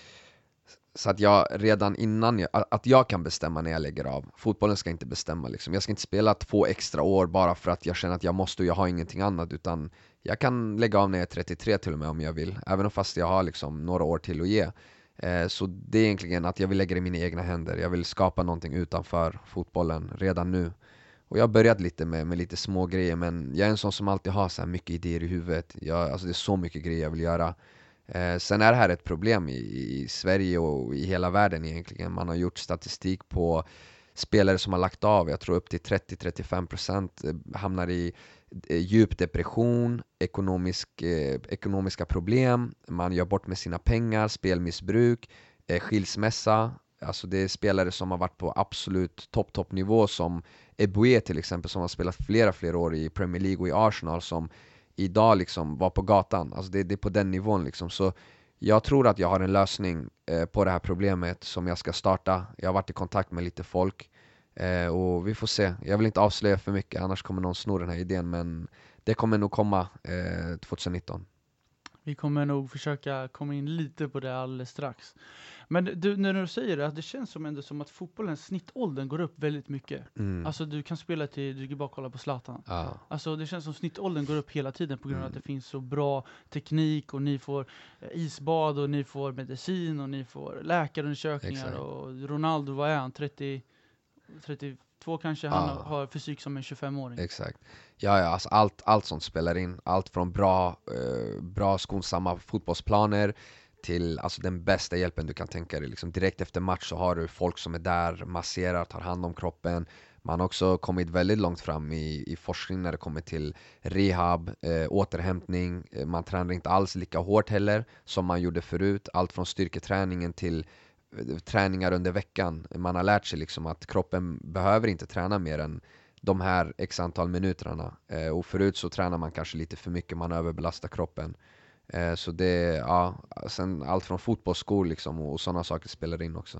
så att jag redan innan jag, att jag kan bestämma när jag lägger av. Fotbollen ska inte bestämma liksom. Jag ska inte spela två extra år bara för att jag känner att jag måste och jag har ingenting annat, utan jag kan lägga av när jag är trettiotre till och med om jag vill, även fast jag har liksom några år till att ge. Eh, så det är egentligen att jag vill lägga det i mina egna händer. Jag vill skapa någonting utanför fotbollen redan nu. Och jag har börjat lite med, med lite små grejer, men jag är en sån som alltid har så här mycket idéer i huvudet. Jag, alltså det är så mycket grejer jag vill göra. Eh, sen är det här ett problem i, i Sverige och i hela världen egentligen. Man har gjort statistik på spelare som har lagt av. Jag tror upp till trettio till trettiofem procent hamnar i eh, djup depression, ekonomisk, eh, ekonomiska problem. Man gör bort med sina pengar, spelmissbruk, eh, skilsmässa. Alltså det är spelare som har varit på absolut topp topp nivå, som Eboué till exempel, som har spelat flera flera år i Premier League och i Arsenal, som idag liksom var på gatan. Alltså det, det är på den nivån liksom. Så jag tror att jag har en lösning eh, på det här problemet som jag ska starta. Jag har varit i kontakt med lite folk eh, och vi får se. Jag vill inte avslöja för mycket, annars kommer någon sno den här idén, men det kommer nog komma eh, tjugonitton. Vi kommer nog försöka komma in lite på det alldeles strax. Men du, när du säger det, att det känns som ändå som att fotbollens snittåldern går upp väldigt mycket. Mm. Alltså du kan spela till, du kan bara kolla på Zlatan. Ja. Alltså det känns som snittåldern går upp hela tiden på grund av Mm. att det finns så bra teknik, och ni får eh, isbad och ni får medicin och ni får läkarundersökningar. Exakt. Och Ronaldo, vad är han? trettio, trettiotvå kanske? Han Ja. har, har fysik som en tjugofemåring. Exakt. Ja, ja, alltså allt, allt sånt spelar in. Allt från bra, eh, bra skonsamma fotbollsplaner till alltså den bästa hjälpen du kan tänka dig. Liksom direkt efter match så har du folk som är där, masserar, tar hand om kroppen. Man har också kommit väldigt långt fram i, i forskning när det kommer till rehab, eh, återhämtning. Eh, Man tränar inte alls lika hårt heller som man gjorde förut. Allt från styrketräningen till eh, träningar under veckan. Man har lärt sig liksom att kroppen behöver inte träna mer än de här x antal minuterna. Eh, och förut så tränar man kanske lite för mycket, man överbelastar kroppen. Eh, så det, ja, sen allt från fotbollsskor liksom och, och sådana saker spelar in också.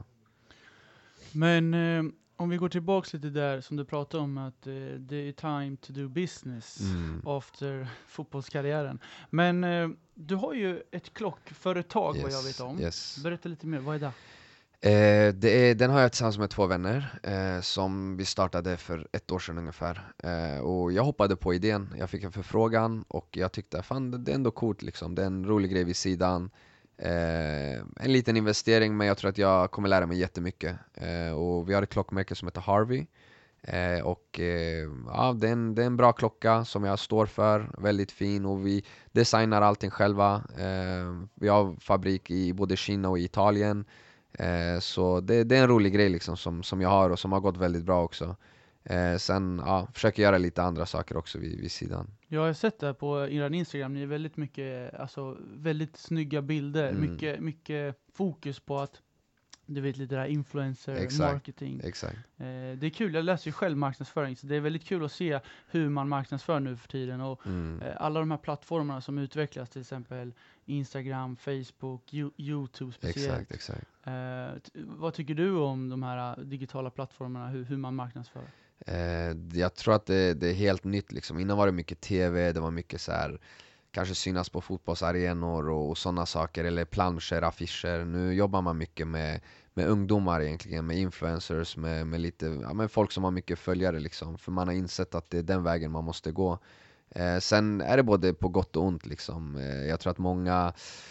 Men eh, om vi går tillbaks lite där som du pratade om, att eh, det är time to do business Mm. efter fotbollskarriären. Men eh, du har ju ett klockföretag vad jag vet om. Yes. Berätta lite mer, vad är det? Eh, det är, den har jag tillsammans med två vänner eh, som vi startade för ett år sedan ungefär. Eh, och jag hoppade på idén, jag fick en förfrågan och jag tyckte fan det är ändå coolt liksom. Det är en rolig grej vid sidan. Eh, en liten investering, men jag tror att jag kommer lära mig jättemycket. Eh, och vi har ett klockmärke som heter Harvey. Eh, och eh, ja, det är, en, det är en bra klocka som jag står för, väldigt fin, och vi designar allting själva. Eh, vi har fabrik i både Kina och Italien. Eh, så det, det är en rolig grej liksom som, som jag har och som har gått väldigt bra också. Eh, sen ja, försöker göra lite andra saker också vid, vid sidan. Jag har sett det på er Instagram, ni är väldigt mycket, alltså väldigt snygga bilder, Mm. mycket, mycket fokus på att du vet lite det här influencer, Exakt. marketing. Exakt. Eh, det är kul, jag läser ju själv marknadsföring, så det är väldigt kul att se hur man marknadsför nu för tiden. Och Mm. eh, alla de här plattformarna som utvecklas, till exempel Instagram, Facebook, Yo- YouTube speciellt. Exakt, exakt. Eh, t- vad tycker du om de här eh, digitala plattformarna, hur, hur man marknadsför? Eh, jag tror att det, det är helt nytt liksom. Innan var det mycket tv, det var mycket så här kanske synas på fotbollsarenor och, och sådana saker, eller planscher, affischer. Nu jobbar man mycket med, med ungdomar egentligen, med influencers, med, med lite, ja, med folk som har mycket följare liksom, för man har insett att det är den vägen man måste gå. Eh, sen är det både på gott och ont liksom. Eh, jag tror att många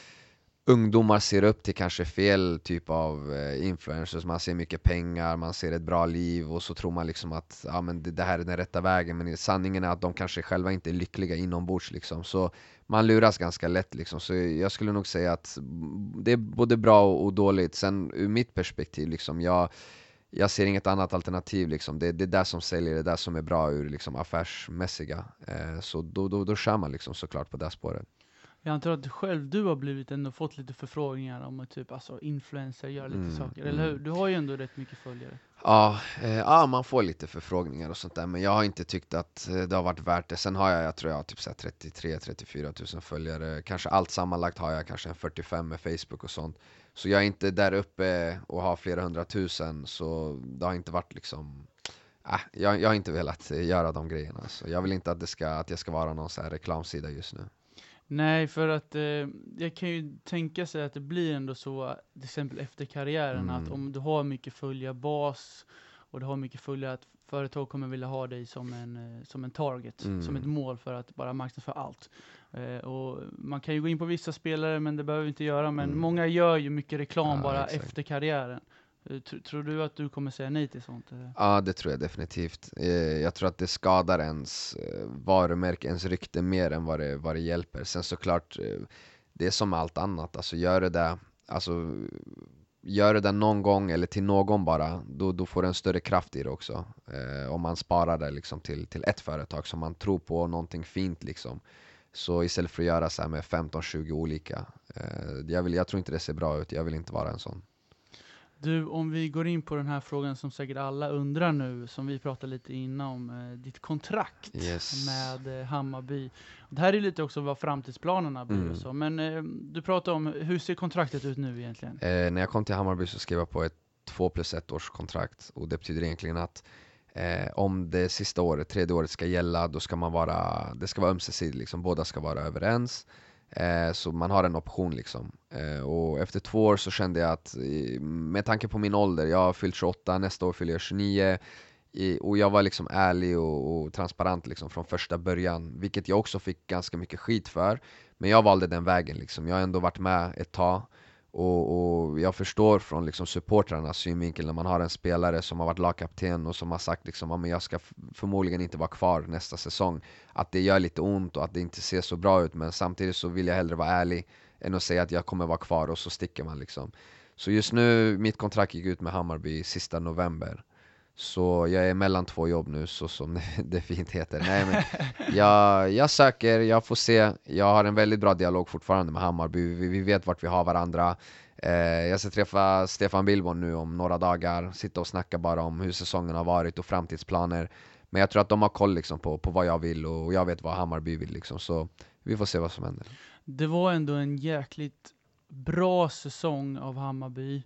ungdomar ser upp till kanske fel typ av eh, influencers. Man ser mycket pengar, man ser ett bra liv, och så tror man liksom att ja, men det, det här är den rätta vägen. Men sanningen är att de kanske själva inte är lyckliga inombords liksom. Så man luras ganska lätt liksom. Så jag skulle nog säga att det är både bra och, och dåligt. Sen ur mitt perspektiv liksom, jag Jag ser inget annat alternativ liksom. det, det är det som säljer, det är det som är bra ur liksom affärsmässiga. eh, Så då, då, då kör man liksom såklart på det spåret. Jag antar att du själv, du har blivit ändå fått lite förfrågningar om att typ, alltså, influencer gör lite Mm, saker, mm. eller hur? Du har ju ändå rätt mycket följare. Ja, eh, ja, man får lite förfrågningar och sånt där, men jag har inte tyckt att eh, det har varit värt det. Sen har jag, jag tror jag har typ så här trettiotre till trettiofyra tusen följare. Kanske allt sammanlagt har jag kanske en fyrtiofem med Facebook och sånt. Så jag är inte där uppe och har flera hundratusen, så det har inte varit liksom... Äh, jag, jag har inte velat eh, göra de grejerna. Så jag vill inte att, det ska, att jag ska vara någon så här reklamsida just nu. Nej, för att eh, jag kan ju tänka sig att det blir ändå så, till exempel efter karriären, Mm. att om du har mycket följarbas och du har mycket följare, att företag kommer vilja ha dig som en, eh, som en target, Mm. som ett mål för att bara marknadsföra allt. Eh, och man kan ju gå in på vissa spelare, men det behöver vi inte göra. Men Mm. många gör ju mycket reklam Ja, bara exakt. efter karriären. Eh, tr- tror du att du kommer säga nej till sånt? Eller? Ja, det tror jag definitivt. Eh, Jag tror att det skadar ens eh, varumärke, ens rykte mer än vad det, vad det hjälper. Sen såklart, eh, det är som allt annat. Alltså gör det där, alltså, gör det där någon gång eller till någon bara, då, då får du en större kraft i det också. Eh, om man sparar det liksom till, till ett företag som man tror på, någonting fint liksom. Så istället för att göra så här med femton tjugo olika. Eh, jag, vill, jag tror inte det ser bra ut, jag vill inte vara en sån. Du, om vi går in på den här frågan som säkert alla undrar nu, som vi pratade lite innan om, eh, ditt kontrakt Yes. med eh, Hammarby. Det här är lite också vad framtidsplanerna blir Mm. och så. Men eh, du pratar om, hur ser kontraktet ut nu egentligen? Eh, när jag kom till Hammarby så skrev jag på ett två plus ett års kontrakt, och det betyder egentligen att eh, om det sista året, tredje året ska gälla, då ska man vara, det ska vara ömsesidigt liksom, båda ska vara överens. Eh, så man har en option liksom. Eh, och efter två år så kände jag att, eh, med tanke på min ålder, jag har fyllt tjugoåtta, nästa år fyller jag tjugonio, i, och jag var liksom ärlig och, och transparent liksom från första början, vilket jag också fick ganska mycket skit för. Men jag valde den vägen liksom. Jag har ändå varit med ett tag, och, och jag förstår från liksom supportrarnas synvinkel när man har en spelare som har varit lagkapten och som har sagt liksom, ja, men jag ska f- förmodligen inte vara kvar nästa säsong, att det gör lite ont och att det inte ser så bra ut. Men samtidigt så vill jag hellre vara ärlig än att säga att jag kommer vara kvar, och så sticker man liksom. Så just nu, mitt kontrakt gick ut med Hammarby sista november. Så jag är mellan två jobb nu, så som det fint heter. Nej, men jag, jag söker, jag får se. Jag har en väldigt bra dialog fortfarande med Hammarby. Vi, vi vet vart vi har varandra. Eh, jag ska träffa Stefan Billborn nu om några dagar. Sitta och snacka bara om hur säsongen har varit och framtidsplaner. Men jag tror att de har koll liksom på, på vad jag vill, och jag vet vad Hammarby vill liksom. Så vi får se vad som händer. Det var ändå en jäkligt bra säsong av Hammarby.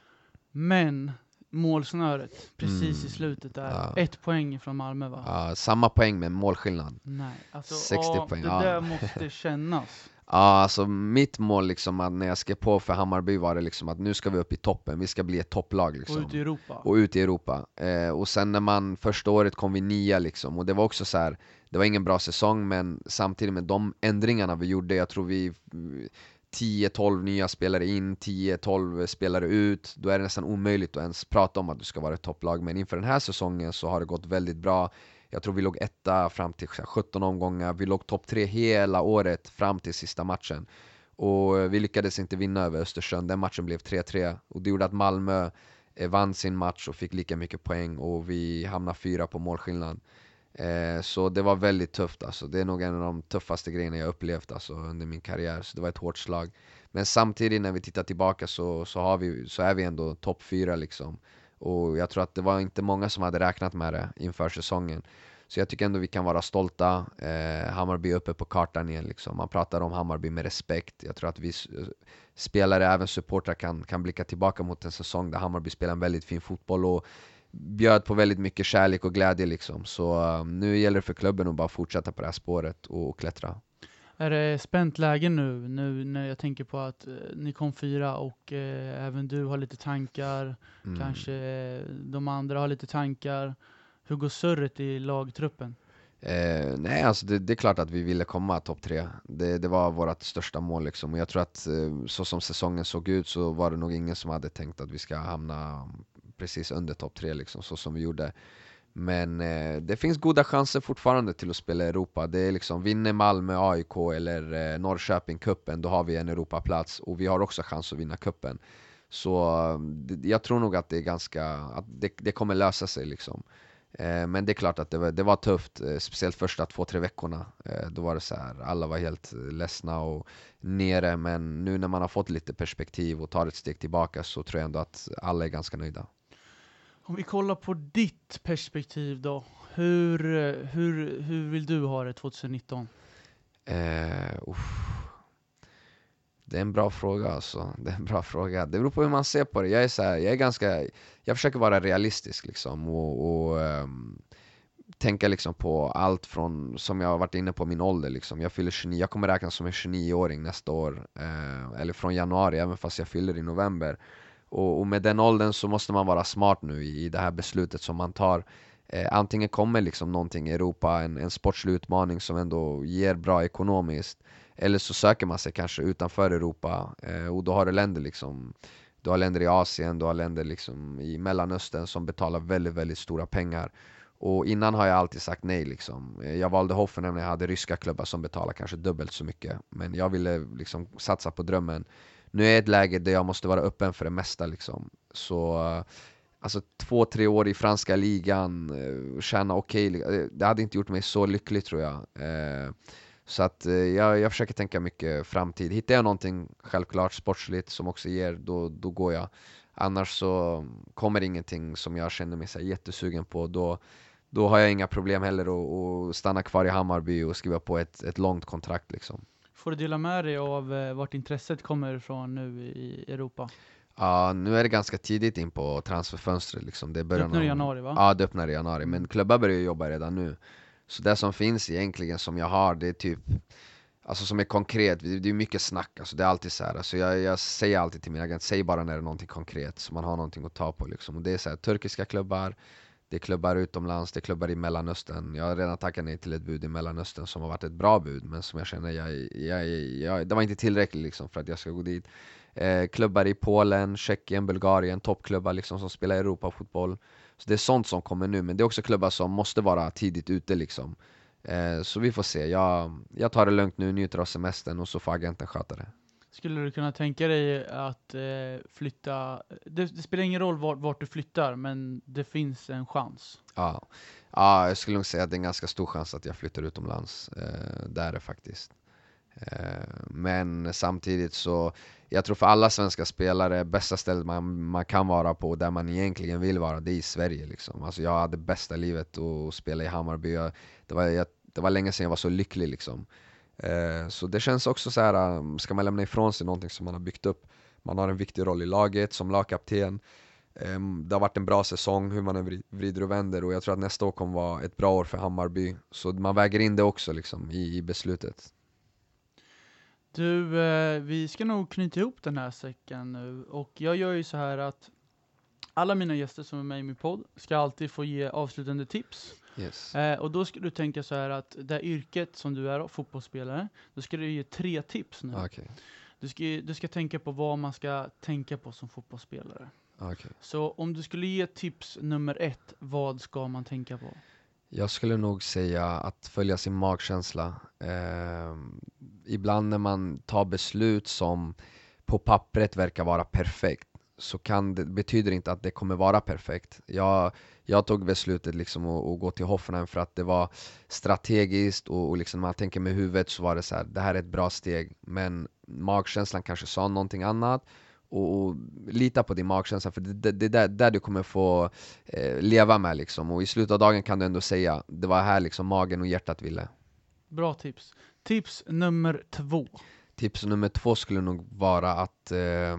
Men målsnöret, precis Mm. i slutet där. Ja. Ett poäng från Malmö, va? Ja, samma poäng med målskillnad. Nej, alltså sextio ja, poäng, det ja. där måste kännas. Ja, alltså mitt mål liksom, att när jag skrev på för Hammarby var det liksom att nu ska vi upp i toppen, vi ska bli ett topplag liksom. Och ut i Europa. Och ut i Europa. Eh, och sen när man, första året kom vi nia liksom, och det var också så här, det var ingen bra säsong, men samtidigt med de ändringarna vi gjorde, jag tror vi tio tolv nya spelare in, tio tolv spelare ut, då är det nästan omöjligt att ens prata om att du ska vara ett topplag. Men inför den här säsongen så har det gått väldigt bra. Jag tror vi låg etta fram till sjutton omgångar. Vi låg topp tre hela året fram till sista matchen. Och vi lyckades inte vinna över Östersund. Den matchen blev tre tre. Och det gjorde att Malmö eh, vann sin match och fick lika mycket poäng. Och vi hamnade fyra på målskillnad. Eh, så det var väldigt tufft alltså. Det är nog en av de tuffaste grejerna jag upplevt alltså, under min karriär. Så det var ett hårt slag. Men samtidigt när vi tittar tillbaka så, så, har vi, så är vi ändå topp fyra liksom. Och jag tror att det var inte många som hade räknat med det inför säsongen. Så jag tycker ändå vi kan vara stolta. eh, Hammarby är uppe på kartan igen liksom. Man pratar om Hammarby med respekt. Jag tror att vi spelare, även supportrar, kan, kan blicka tillbaka mot en säsong där Hammarby spelar en väldigt fin fotboll och bjöd på väldigt mycket kärlek och glädje liksom. Så uh, nu gäller det för klubben att bara fortsätta på det här spåret och, och klättra. Är det spänt läge nu, nu när jag tänker på att eh, ni kom fyra och eh, även du har lite tankar, Mm. kanske eh, de andra har lite tankar. Hur går surret i lagtruppen? Eh, nej, alltså det, det är klart att vi ville komma topp tre. Det, det var vårt största mål liksom. Och jag tror att eh, så som säsongen såg ut så var det nog ingen som hade tänkt att vi ska hamna precis under topp tre liksom, så som vi gjorde. Men eh, det finns goda chanser fortfarande till att spela i Europa. Det är liksom, vinner Malmö, A I K eller eh, Norrköping kuppen, då har vi en Europaplats. Och vi har också chans att vinna kuppen. Så eh, det, jag tror nog att det är ganska, att det, det kommer lösa sig liksom. Eh, men det är klart att det var, det var tufft, eh, speciellt första två, tre veckorna. Eh, då var det så här, alla var helt ledsna och nere. Men nu när man har fått lite perspektiv och tar ett steg tillbaka så tror jag ändå att alla är ganska nöjda. Om vi kollar på ditt perspektiv då. Hur, hur, hur vill du ha det tjugonitton? Eh, uff. Det är en bra fråga alltså. Det är en bra fråga. Det beror på hur man ser på det. Jag är så här, jag är ganska, jag försöker vara realistisk liksom och, och um, tänka liksom på allt från, som jag har varit inne på, min ålder liksom. Jag fyller tjugonio, jag kommer räknas som en tjugonio-åring nästa år, eh, eller från januari, även fast jag fyller i november. Och, och med den åldern så måste man vara smart nu i, i det här beslutet som man tar. Eh, antingen kommer liksom någonting i Europa, en, en sportslig utmaning som ändå ger bra ekonomiskt, eller så söker man sig kanske utanför Europa, eh, och då har du länder liksom, du har länder i Asien, du har länder liksom i Mellanöstern som betalar väldigt, väldigt stora pengar. Och innan har jag alltid sagt nej liksom. Jag valde Hoffenheim när jag hade ryska klubbar som betalar kanske dubbelt så mycket. Men jag ville liksom satsa på drömmen. Nu är jag i ett läge där jag måste vara öppen för det mesta liksom. Så alltså två, tre år i franska ligan, tjäna okej, okay, det hade inte gjort mig så lycklig tror jag. Så att jag, jag försöker tänka mycket framtid. Hittar jag någonting självklart sportsligt som också ger, då, då går jag. Annars så kommer ingenting som jag känner mig så jättesugen på. Då, då har jag inga problem heller att, att stanna kvar i Hammarby och skriva på ett, ett långt kontrakt liksom. Får du dela med dig av eh, vart intresset kommer ifrån nu i Europa? Ja, nu är det ganska tidigt in på transferfönstret liksom. Det, det öppnar i januari va? Ja, det öppnar i januari. Men klubbar börjar jobba redan nu. Så det som finns egentligen som jag har, det är typ, alltså som är konkret, det är mycket snack, alltså det är alltid så här, alltså jag, jag säger alltid till min agent, säg bara när det är någonting konkret så man har någonting att ta på liksom. Och det är så här, turkiska klubbar, det är klubbar utomlands, det är klubbar i Mellanöstern. Jag har redan tackat nej till ett bud i Mellanöstern som har varit ett bra bud, men som jag känner, jag, jag, jag, det var inte tillräckligt liksom för att jag ska gå dit. Eh, klubbar i Polen, Tjeckien, Bulgarien, toppklubbar liksom som spelar Europafotboll. Så det är sånt som kommer nu, men det är också klubbar som måste vara tidigt ute liksom. Eh, så vi får se, jag, jag tar det lugnt nu, njuter av semestern och så får agenten sköta det. Skulle du kunna tänka dig att eh, flytta, det, det spelar ingen roll vart, vart du flyttar, men det finns en chans? Ja. Ja, jag skulle nog säga att det är en ganska stor chans att jag flyttar utomlands, eh, där är det faktiskt. Men samtidigt så, jag tror för alla svenska spelare, bästa stället man, man kan vara på, där man egentligen vill vara, det är i Sverige liksom. Alltså jag hade bästa livet att spela i Hammarby. Jag, det, var, jag, det var länge sedan jag var så lycklig liksom. Så det känns också så här, ska man lämna ifrån sig någonting som man har byggt upp, man har en viktig roll i laget som lagkapten. Det har varit en bra säsong, hur man än vrider och vänder, och jag tror att nästa år kommer vara ett bra år för Hammarby. Så man väger in det också liksom i, i beslutet. Du, eh, vi ska nog knyta ihop den här säcken nu. Och jag gör ju så här att alla mina gäster som är med i min podd ska alltid få ge avslutande tips. Yes. Eh, och då ska du tänka så här att det yrket som du är, fotbollsspelare, då ska du ge tre tips nu. Okay. Du ska, du ska tänka på vad man ska tänka på som fotbollsspelare. Okay. Så om du skulle ge tips nummer ett, vad ska man tänka på? Jag skulle nog säga att följa sin magkänsla. Eh, ibland när man tar beslut som på pappret verkar vara perfekt, så kan det, betyder inte att det kommer vara perfekt. Jag, jag tog beslutet liksom att, att gå till Hoffenheim för att det var strategiskt, och, och liksom man tänker med huvudet så var det så här, det här är ett bra steg. Men magkänslan kanske sa någonting annat. Och, och lita på din magkänsla, för det, det är där, där du kommer få eh, leva med liksom. Och i slutet av dagen kan du ändå säga, det var här liksom magen och hjärtat ville. Bra tips. Tips nummer två. Tips nummer två skulle nog vara att eh,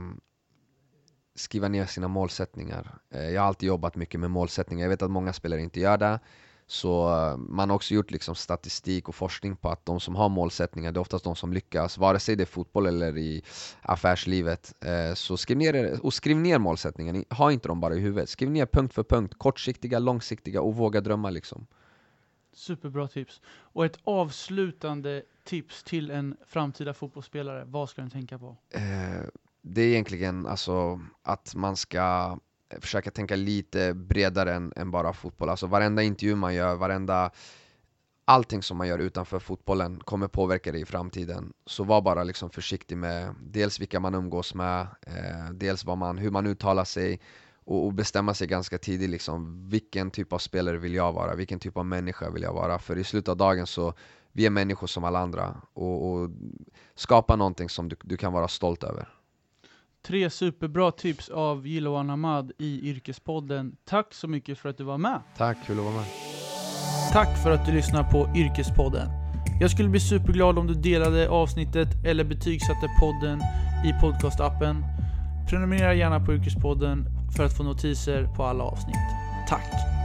skriva ner sina målsättningar. eh, Jag har alltid jobbat mycket med målsättningar. Jag vet att många spelare inte gör det. Så uh, man har också gjort liksom statistik och forskning på att de som har målsättningar, det är oftast de som lyckas, vare sig det är fotboll eller i affärslivet. Uh, så skriv ner, och skriv ner målsättningen, ha inte dem bara i huvudet. Skriv ner punkt för punkt, kortsiktiga, långsiktiga, och våga drömma liksom. Superbra tips. Och ett avslutande tips till en framtida fotbollsspelare, vad ska den tänka på? Uh, det är egentligen alltså att man ska försöka tänka lite bredare än, än bara fotboll. Alltså varenda intervju man gör, varenda allting som man gör utanför fotbollen kommer påverka dig i framtiden. Så var bara liksom försiktig med dels vilka man umgås med, eh, dels vad man, hur man uttalar sig, och, och bestämma sig ganska tidigt liksom, vilken typ av spelare vill jag vara, vilken typ av människa vill jag vara. För i slutet av dagen så vi är människor som alla andra, och, och skapa någonting som du, du kan vara stolt över. Tre superbra tips av Jiloan Hamad i Yrkespodden. Tack så mycket för att du var med. Tack, kul att vara med. Tack för att du lyssnar på Yrkespodden. Jag skulle bli superglad om du delade avsnittet eller betygsatte podden i podcastappen. Prenumerera gärna på Yrkespodden för att få notiser på alla avsnitt. Tack!